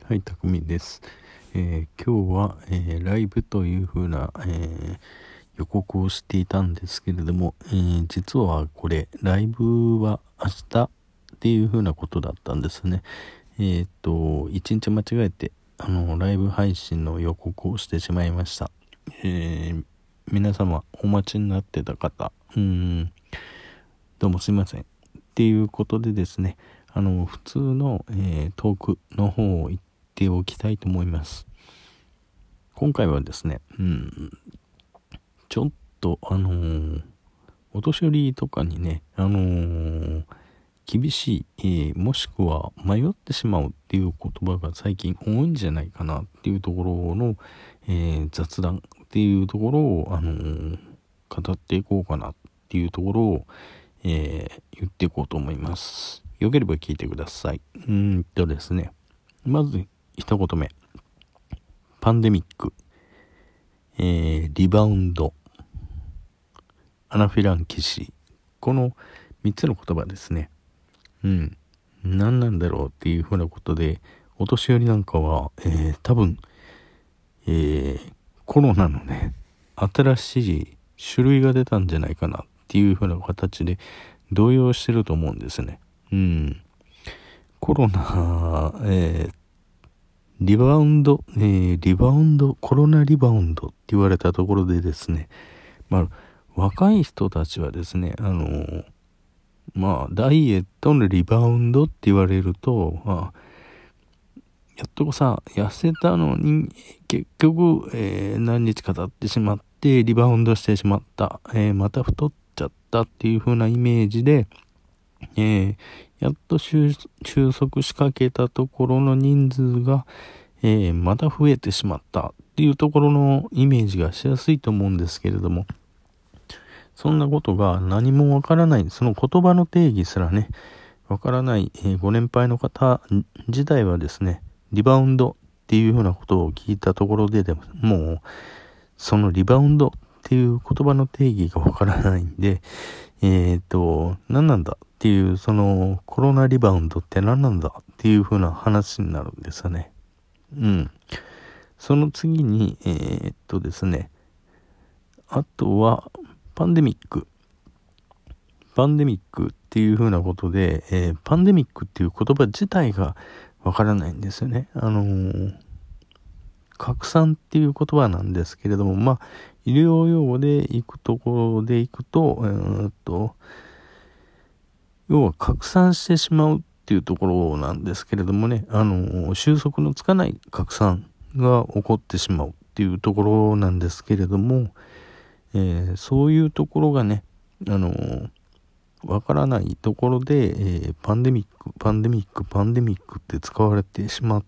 はい、たくみです。今日は、ライブという風な、予告をしていたんですけれども、実はこれライブは明日っていう風なことだったんですね。一日間違えてライブ配信の予告をしてしまいました。皆様お待ちになってた方、どうもすいませんっていうことでですね、普通の、トークの方を言っておきたいと思います。今回はですね、ちょっとお年寄りとかにね、厳しい、もしくは迷ってしまうっていう言葉が最近多いんじゃないかなっていうところの、雑談っていうところを、語っていこうかなっていうところを、言っていこうと思います。よければ聞いてください。ですね、まず一言目、パンデミック、リバウンド、アナフィランキシー、この3つの言葉ですね。何なんだろうっていうふうなことで、お年寄りなんかは、多分、コロナのね、新しい種類が出たんじゃないかなっていうふうな形で動揺してると思うんですね。コロナ、リバウンド、コロナリバウンドって言われたところでですね、若い人たちはですね、ダイエットのリバウンドって言われると、やっとさ、痩せたのに、結局、何日か経ってしまって、リバウンドしてしまった、また太っちゃったっていう風なイメージで、やっと収束しかけたところの人数が、また増えてしまったっていうところのイメージがしやすいと思うんですけれども、そんなことが何もわからない、その言葉の定義すらね、わからない、ご年配の方自体はですね、リバウンドっていうふうなことを聞いたところでもう、そのリバウンドっていう言葉の定義がわからないんで、何なんだっていう、そのコロナリバウンドって何なんだっていうふうな話になるんですよね。その次に、ですね、あとは、パンデミックっていう風なことで、パンデミックっていう言葉自体がわからないんですよね。拡散っていう言葉なんですけれども、医療用語で行くところで行くと、要は拡散してしまうっていうところなんですけれどもね、収束のつかない拡散が起こってしまうっていうところなんですけれども、そういうところがね、わからないところで、パンデミックって使われてしまって、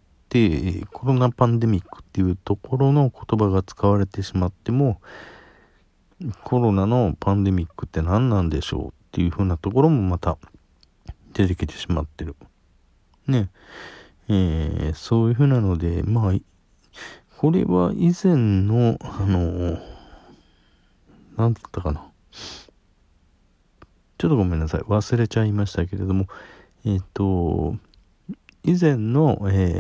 コロナパンデミックっていうところの言葉が使われてしまっても、コロナのパンデミックって何なんでしょうっていう風なところもまた出てきてしまってる。ね。そういう風なので、これは以前の、なんだったかな。ちょっとごめんなさい。忘れちゃいましたけれども、以前の、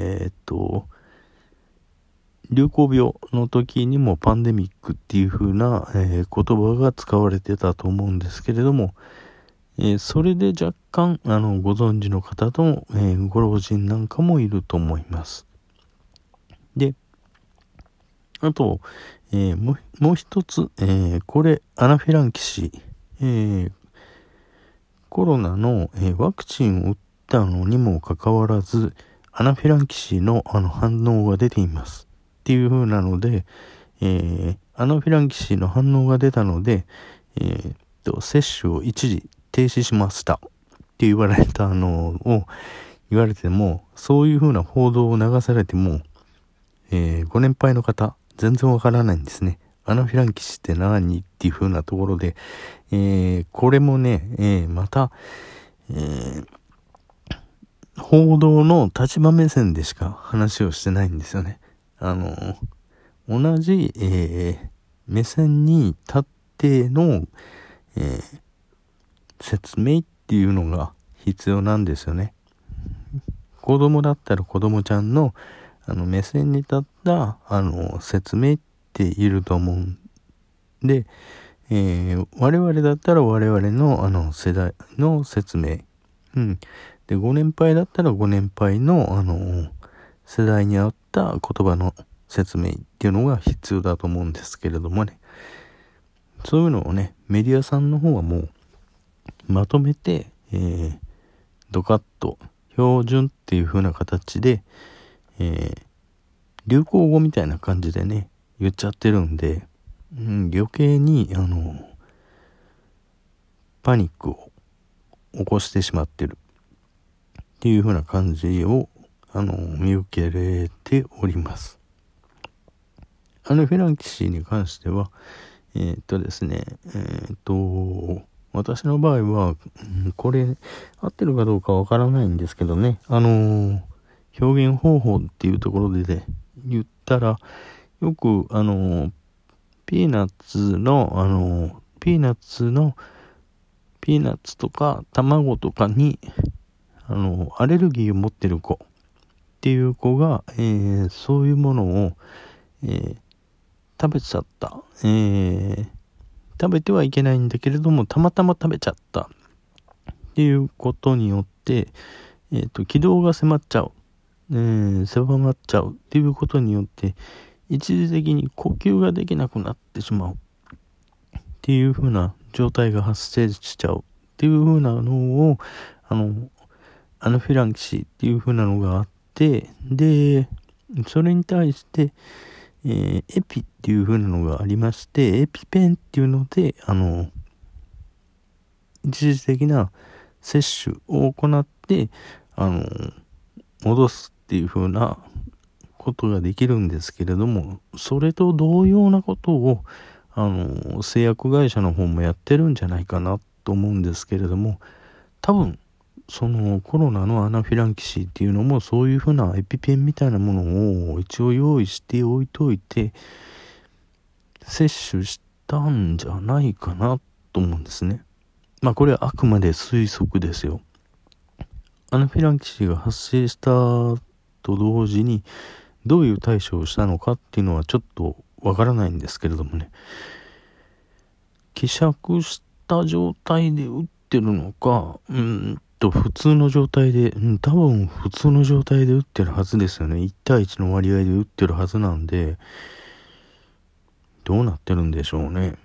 流行病の時にもパンデミックっていう風な、言葉が使われてたと思うんですけれども、それで若干、ご存知の方と、ご老人なんかもいると思います。で、あと、もう一つ、これ、アナフィランキシー、コロナの、ワクチンを打ったのにもかかわらず、アナフィランキシーの反応が出ています。っていう風なので、アナフィランキシーの反応が出たので、接種を一時停止しましたって言われたのを言われても、そういう風な報道を流されても、ご年配の方、全然わからないんですね。アナフィランキシーって何っていう風なところで、これもね、また、報道の立場目線でしか話をしてないんですよね。同じ、目線に立っての、説明っていうのが必要なんですよね。子供だったら子供ちゃんの目線に立った、説明っていると思うんで、我々だったら我々の、世代の説明。で、ご年配だったらご年配の、世代に合った言葉の説明っていうのが必要だと思うんですけれどもね。そういうのをね、メディアさんの方はもうまとめて、ドカッと標準っていう風な形で、流行語みたいな感じでね、言っちゃってるんで、余計に、パニックを起こしてしまってるっていう風な感じを、見受けれております。フェランキ氏に関しては、ですね、私の場合は、これ合ってるかどうかわからないんですけどね、表現方法っていうところで、言ったら、よく、ピーナッツとか卵とかに、アレルギーを持ってる子っていう子が、そういうものを、食べちゃった。食べてはいけないんだけれども、たまたま食べちゃったっていうことによって、気道が狭まっちゃうっていうことによって、一時的に呼吸ができなくなってしまうっていう風な状態が発生しちゃうっていう風なのを、アナフィラキシーっていう風なのがあって、で、それに対して、エピっていう風なのがありまして、エピペンっていうので、一時的な摂取を行って、戻すっていう風なことができるんですけれども、それと同様なことを、製薬会社の方もやってるんじゃないかなと思うんですけれども、多分、そのコロナのアナフィラキシーっていうのもそういう風なエピペンみたいなものを一応用意しておいといて摂取したんじゃないかなと思うんですね。これはあくまで推測ですよ。アナフィラキシーが発生したと同時にどういう対処をしたのかっていうのはちょっとわからないんですけれどもね、希釈した状態で打ってるのか、普通の状態で、多分普通の状態で打ってるはずですよね。1対1の割合で打ってるはずなんで、どうなってるんでしょうね。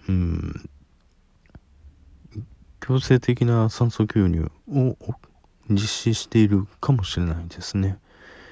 強制的な酸素吸入を実施しているかもしれないですね。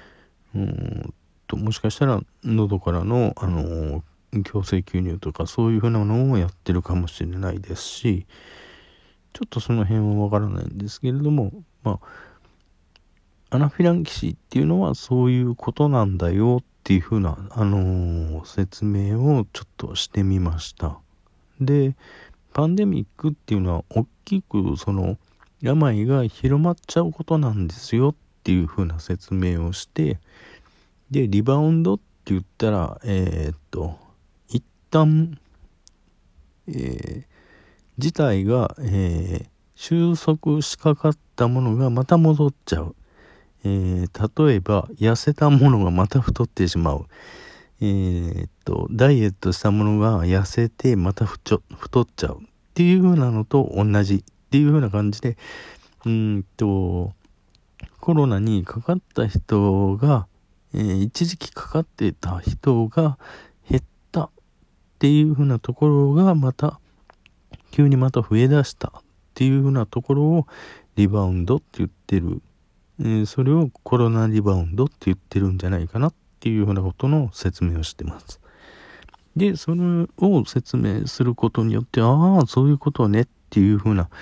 もしかしたら喉からの、強制吸入とかそういうふうなのをやってるかもしれないですし、ちょっとその辺はわからないんですけれども、アナフィラキシーっていうのはそういうことなんだよっていうふうな、説明をちょっとしてみました。で、パンデミックっていうのは大きくその病が広まっちゃうことなんですよっていうふうな説明をして、で、リバウンドって言ったら、一旦、事態が、収束しかかったものがまた戻っちゃう。例えば、痩せたものがまた太ってしまう。ダイエットしたものが痩せてまた太っちゃうっていう風なのと同じっていう風な感じで、コロナにかかった人が、一時期かかってた人が減ったっていう風なところがまた急にまた増え出したっていう風なところをリバウンドって言ってる、それをコロナリバウンドって言ってるんじゃないかなっていう風なことの説明をしてます。で、それを説明することによって、そういうことねっていう風な、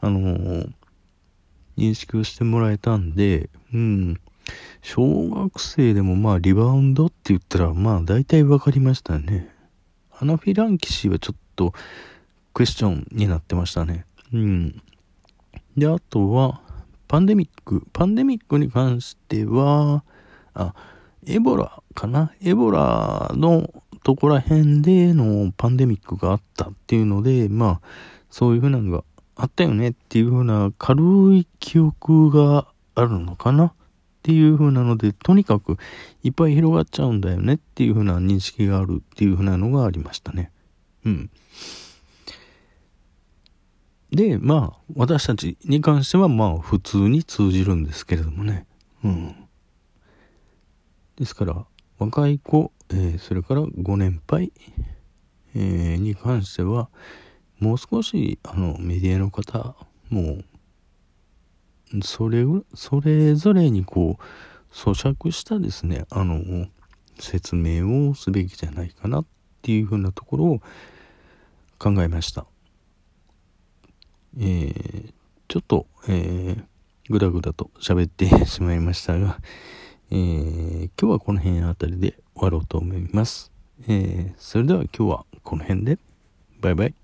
認識をしてもらえたんで、小学生でもリバウンドって言ったら大体わかりましたね。アナフィラキシーはちょっとクエスチョンになってましたね。で、あとはパンデミックに関してはエボラかな。エボラのとこら辺でのパンデミックがあったっていうので、そういうふうなのがあったよねっていうふうな軽い記憶があるのかな。 っていう風なので、とにかくいっぱい広がっちゃうんだよねっていう風な認識があるっていう風なのがありましたね。で、私たちに関しては普通に通じるんですけれどもね。ですから、若い子、それからご年配、に関しては、もう少し、メディアの方、もう、それぞれに咀嚼したですね、説明をすべきじゃないかなっていうふうなところを考えました。ちょっと、ぐだぐだと喋ってしまいましたが、今日はこの辺あたりで終わろうと思います。それでは今日はこの辺で、バイバイ。